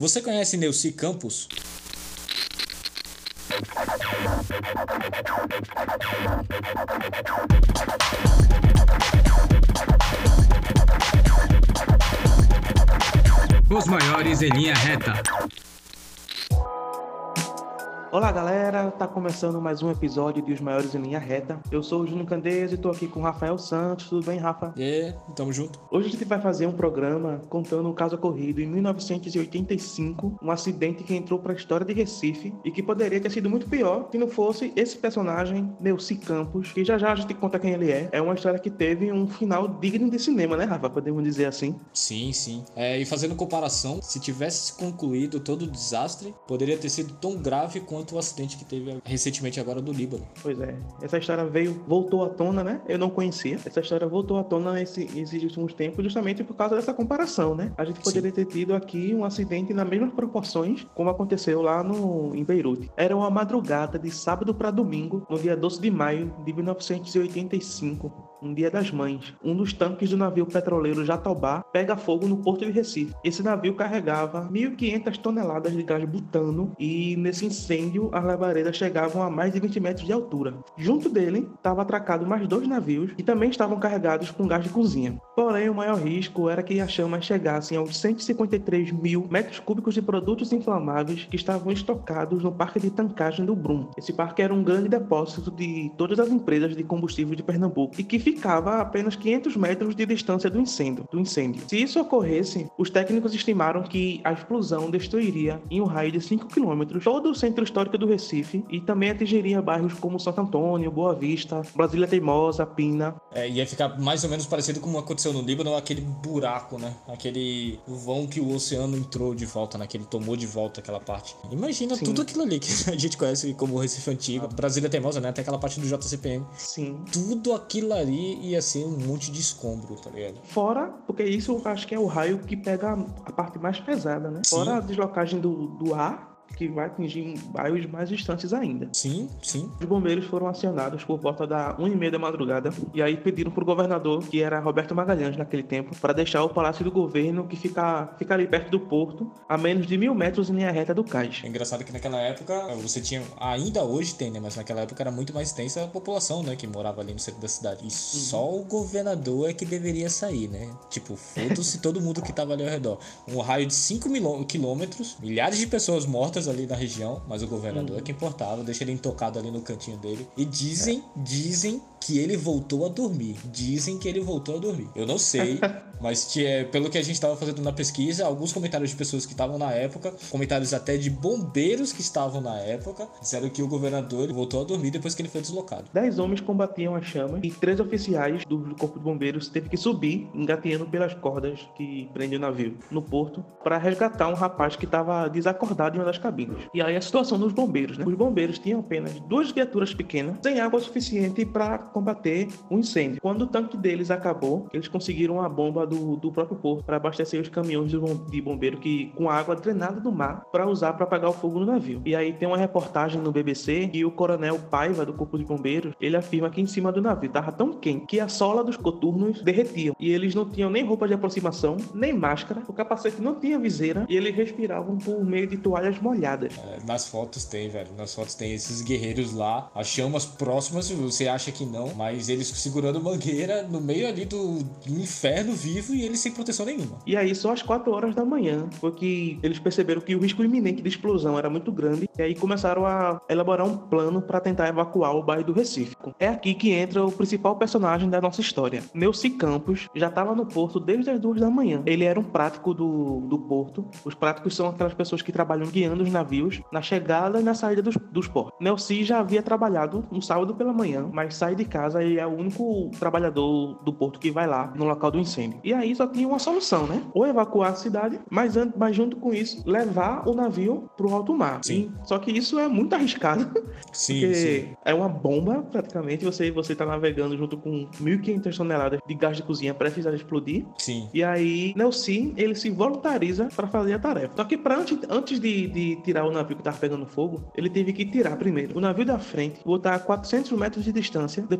Você conhece Neuci Campos? Os maiores em linha reta. Olá galera, tá começando mais um episódio de Os Maiores em Linha Reta. Eu sou o Júnior Candeias e tô aqui com o Rafael Santos. Tudo bem, Rafa? Tamo junto. Hoje a gente vai fazer um programa contando um caso ocorrido em 1985, um acidente que entrou pra história de Recife e que poderia ter sido muito pior se não fosse esse personagem, Neuci Campos, que já a gente conta quem ele é. É uma história que teve um final digno de cinema, né, Rafa? Podemos dizer assim? Sim. E fazendo comparação, se tivesse concluído todo o desastre, poderia ter sido tão grave quanto o acidente que teve recentemente agora do Líbano. Pois é, essa história voltou à tona, né? Eu não conhecia. Essa história voltou à tona nesses últimos tempos justamente por causa dessa comparação, né? A gente poderia ter tido aqui um acidente nas mesmas proporções como aconteceu lá em Beirute. Era uma madrugada de sábado para domingo, no dia 12 de maio de 1985, um dia das mães. Um dos tanques do navio petroleiro Jatobá pega fogo no porto de Recife. Esse navio carregava 1.500 toneladas de gás butano e nesse incêndio as labaredas chegavam a mais de 20 metros de altura. Junto dele estava atracado mais 2 navios que também estavam carregados com gás de cozinha. Porém, o maior risco era que as chamas chegassem aos 153 mil metros cúbicos de produtos inflamáveis que estavam estocados no parque de tancagem do Brum. Esse parque era um grande depósito de todas as empresas de combustível de Pernambuco e que ficava a apenas 500 metros de distância do incêndio. Se isso ocorresse, os técnicos estimaram que a explosão destruiria em um raio de 5 km todo o centro histórico do Recife e também atingiria bairros como Santo Antônio, Boa Vista, Brasília Teimosa, Pina. Ia ficar mais ou menos parecido com o que aconteceu no Líbano, aquele buraco, né? Aquele vão que o oceano entrou de volta, né? Que ele tomou de volta aquela parte. Imagina tudo aquilo ali que a gente conhece como Recife Antigo, Brasília Teimosa, né? Até aquela parte do JCPM. Sim. Tudo aquilo ali ia ser um monte de escombro, tá ligado? Fora, porque isso eu acho que é o raio que pega a parte mais pesada, né? Sim. Fora a deslocagem do ar, que vai atingir bairros mais distantes ainda. Sim. Os bombeiros foram acionados por volta da 1h30 da madrugada e aí pediram pro governador, que era Roberto Magalhães naquele tempo, para deixar o Palácio do Governo, que fica ali perto do porto, a menos de 1.000 metros em linha reta do cais. É engraçado que naquela época você tinha, ainda hoje tem, né? Mas naquela época era muito mais extensa a população, né? Que morava ali no centro da cidade. E só o governador é que deveria sair, né? Tipo, foda-se todo mundo que tava ali ao redor. Um raio de 5 quilômetros, milhares de pessoas mortas ali na região, mas o governador é que importava, deixa ele intocado ali no cantinho dele. E dizem que ele voltou a dormir. Eu não sei, mas pelo que a gente estava fazendo na pesquisa, alguns comentários de pessoas que estavam na época, comentários até de bombeiros que estavam na época, disseram que o governador voltou a dormir depois que ele foi deslocado. 10 homens combatiam as chamas e 3 oficiais do Corpo de Bombeiros teve que subir, engateando pelas cordas que prendem o navio no porto, para resgatar um rapaz que estava desacordado em uma das cabines. E aí a situação dos bombeiros, né? Os bombeiros tinham apenas 2 viaturas pequenas, sem água suficiente para combater o incêndio. Quando o tanque deles acabou, eles conseguiram a bomba do próprio porto para abastecer os caminhões de bombeiro com água drenada do mar para usar para apagar o fogo no navio. E aí tem uma reportagem no BBC que o coronel Paiva do Corpo de Bombeiros, ele afirma que em cima do navio estava tão quente que a sola dos coturnos derretiam e eles não tinham nem roupa de aproximação, nem máscara, o capacete não tinha viseira e eles respiravam por meio de toalhas molhadas. Nas fotos tem, velho. Nas fotos tem esses guerreiros lá, as chamas próximas, você acha que não, mas eles segurando mangueira no meio ali do inferno vivo e eles sem proteção nenhuma. E aí, só às 4 horas da manhã, foi que eles perceberam que o risco iminente de explosão era muito grande e aí começaram a elaborar um plano para tentar evacuar o bairro do Recife. É aqui que entra o principal personagem da nossa história. Neuci Campos já estava no porto desde as 2 da manhã. Ele era um prático do porto. Os práticos são aquelas pessoas que trabalham guiando os navios na chegada e na saída dos portos. Neuci já havia trabalhado um sábado pela manhã, mas sai de casa e é o único trabalhador do porto que vai lá no local do incêndio. E aí só tinha uma solução, né? Ou evacuar a cidade, mas junto com isso, levar o navio pro alto mar. Sim. Só que isso é muito arriscado. Sim, porque sim. É uma bomba, praticamente. Você tá navegando junto com 1.500 toneladas de gás de cozinha prestes a explodir. Sim. E aí, Neuci, ele se voluntariza para fazer a tarefa. Só que antes de tirar o navio que tava pegando fogo, ele teve que tirar primeiro o navio da frente, botar a 400 metros de distância,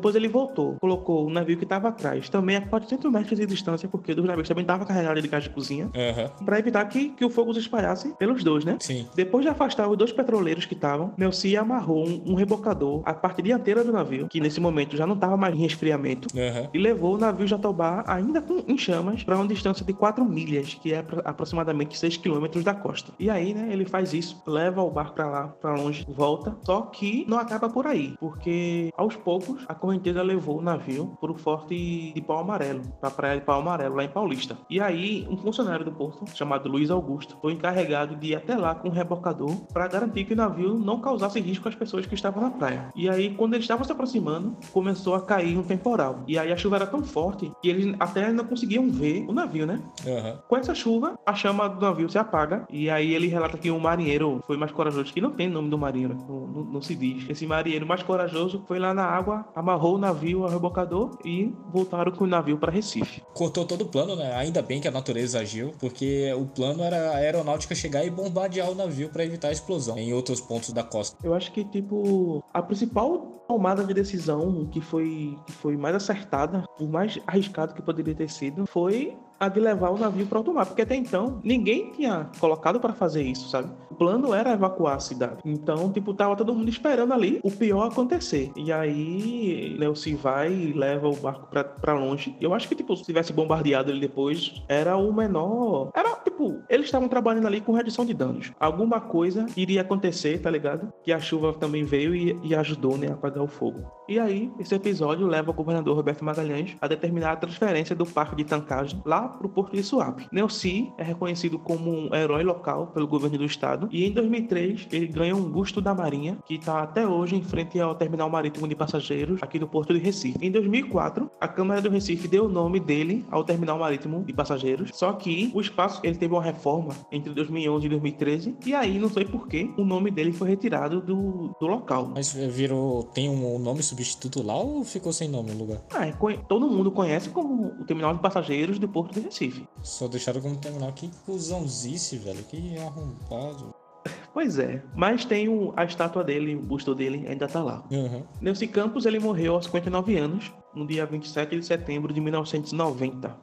Depois ele voltou, colocou o navio que estava atrás, também a 400 metros de distância, porque dos navios também estava carregado de gás de cozinha, para evitar que o fogo se espalhasse pelos dois, né? Sim. Depois de afastar os 2 petroleiros que estavam, Nelci amarrou um rebocador à parte dianteira do navio, que nesse momento já não estava mais em resfriamento, e levou o navio Jatobá, ainda em chamas, para uma distância de 4 milhas, que é aproximadamente 6 quilômetros da costa. E aí, né, ele faz isso, leva o barco para lá, para longe, volta, só que não acaba por aí, porque aos poucos a correnteza levou o navio para o forte de Pau Amarelo, para a praia de Pau Amarelo, lá em Paulista. E aí, um funcionário do porto, chamado Luiz Augusto, foi encarregado de ir até lá com um rebocador para garantir que o navio não causasse risco às pessoas que estavam na praia. E aí, quando eles estavam se aproximando, começou a cair um temporal. E aí a chuva era tão forte que eles até não conseguiam ver o navio, né? Com essa chuva, a chama do navio se apaga. E aí ele relata que um marinheiro foi mais corajoso, que não tem nome do marinheiro, não se diz. Esse marinheiro mais corajoso foi lá na água, amarrou o navio ao rebocador e voltaram com o navio para Recife. Cortou todo o plano, né? Ainda bem que a natureza agiu, porque o plano era a aeronáutica chegar e bombardear o navio para evitar a explosão em outros pontos da costa. Eu acho que, tipo, a principal tomada de decisão que foi mais acertada, o mais arriscado que poderia ter sido, foi a de levar o navio para alto mar, porque até então ninguém tinha colocado para fazer isso, sabe? O plano era evacuar a cidade. Então, tipo, tava todo mundo esperando ali o pior acontecer. E aí, Nelci vai e leva o barco para longe. Eu acho que, tipo, se tivesse bombardeado ele depois, era o menor... Era, tipo, eles estavam trabalhando ali com redução de danos. Alguma coisa iria acontecer, tá ligado? Que a chuva também veio e ajudou, né, a apagar o fogo. E aí, esse episódio leva o governador Roberto Magalhães a determinar a transferência do parque de tancagem lá para o porto de Suape. Nelci é reconhecido como um herói local pelo governo do estado e em 2003 ele ganha um busto da Marinha que está até hoje em frente ao terminal marítimo de passageiros aqui do porto de Recife. Em 2004, a Câmara do Recife deu o nome dele ao terminal marítimo de passageiros, só que o espaço ele teve uma reforma entre 2011 e 2013 e aí não sei por que o nome dele foi retirado do local. Mas tem um nome substituto lá ou ficou sem nome no lugar? Todo mundo conhece como o terminal de passageiros do porto de Recife. Só deixaram como terminal. Que cuzãozice, velho. Que arrombado. Pois é, mas tem a estátua dele, o busto dele ainda tá lá. Nelci Campos, ele morreu aos 59 anos, no dia 27 de setembro de 1990.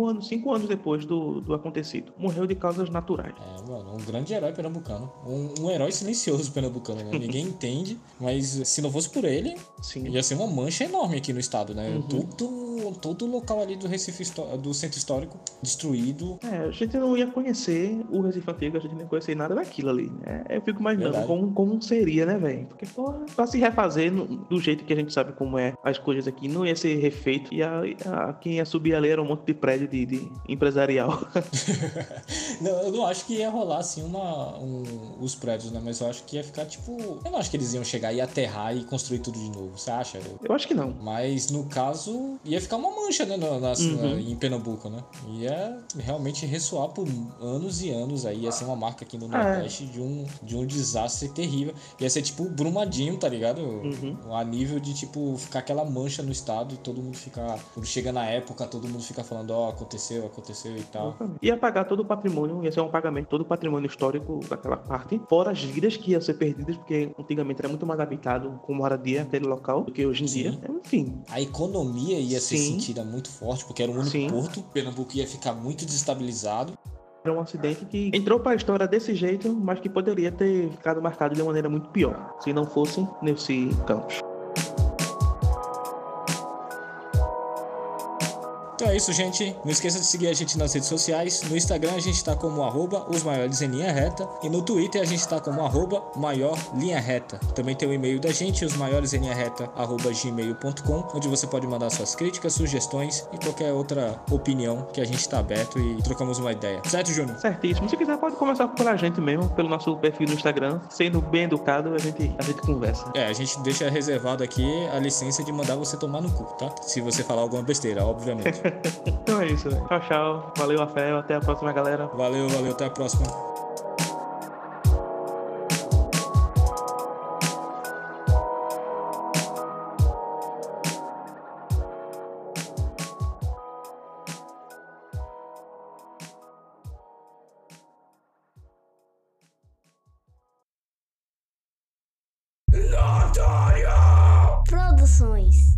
5 anos depois do acontecido. Morreu de causas naturais. Mano, um grande herói pernambucano. Um herói silencioso pernambucano, né? Ninguém entende, mas se não fosse por ele, ia ser uma mancha enorme aqui no estado, né? Todo o local ali do Recife, do centro histórico, destruído. A gente não ia conhecer o Recife Antigo, a gente não ia conhecer nada daquilo ali, né? Eu fico imaginando como seria, né, velho? Porque, porra, pra se refazer do jeito que a gente sabe como é as coisas aqui, não ia ser refeito. E quem ia subir ali era um monte de prédio de empresarial. Não, eu não acho que ia rolar, assim, os prédios, né? Mas eu acho que ia ficar, tipo... Eu não acho que eles iam chegar e aterrar e construir tudo de novo, você acha? Eu acho que não. Mas, no caso, ia ficar uma mancha, né, em Pernambuco, né? Ia realmente ressoar por anos e anos aí. Ia ser uma marca aqui no Nordeste de um desastre terrível. Ia ser tipo Brumadinho, tá ligado? A nível de, tipo, ficar aquela mancha no estado e todo mundo ficar... Quando chega na época, todo mundo fica falando, aconteceu e tal. Ia pagar todo o patrimônio, ia ser um pagamento, todo o patrimônio histórico daquela parte, fora as vidas que iam ser perdidas, porque antigamente era muito mais habitado com moradia aquele local do que hoje em dia. Enfim. A economia ia ser sentida muito forte, porque era um único porto. Pernambuco ia ficar muito desestabilizado. Era um acidente que entrou para a história desse jeito, mas que poderia ter ficado marcado de uma maneira muito pior, se não fosse Nelci Campos. Então é isso, gente. Não esqueça de seguir a gente nas redes sociais. No Instagram a gente tá como @osmaiores_em_linha_reta e no Twitter a gente tá como @maior_linha_reta. Também tem o e-mail da gente, osmaiores_em_reta@gmail.com, onde você pode mandar suas críticas, sugestões e qualquer outra opinião que a gente tá aberto e trocamos uma ideia. Certo, Júnior? Certíssimo. Se quiser pode começar por a gente mesmo, pelo nosso perfil no Instagram. Sendo bem educado, a gente conversa. A gente deixa reservado aqui a licença de mandar você tomar no cu, tá? Se você falar alguma besteira, obviamente. Então é isso, velho. Tchau, tchau. Valeu, Rafael. Até a próxima, galera. Valeu. Até a próxima. Produções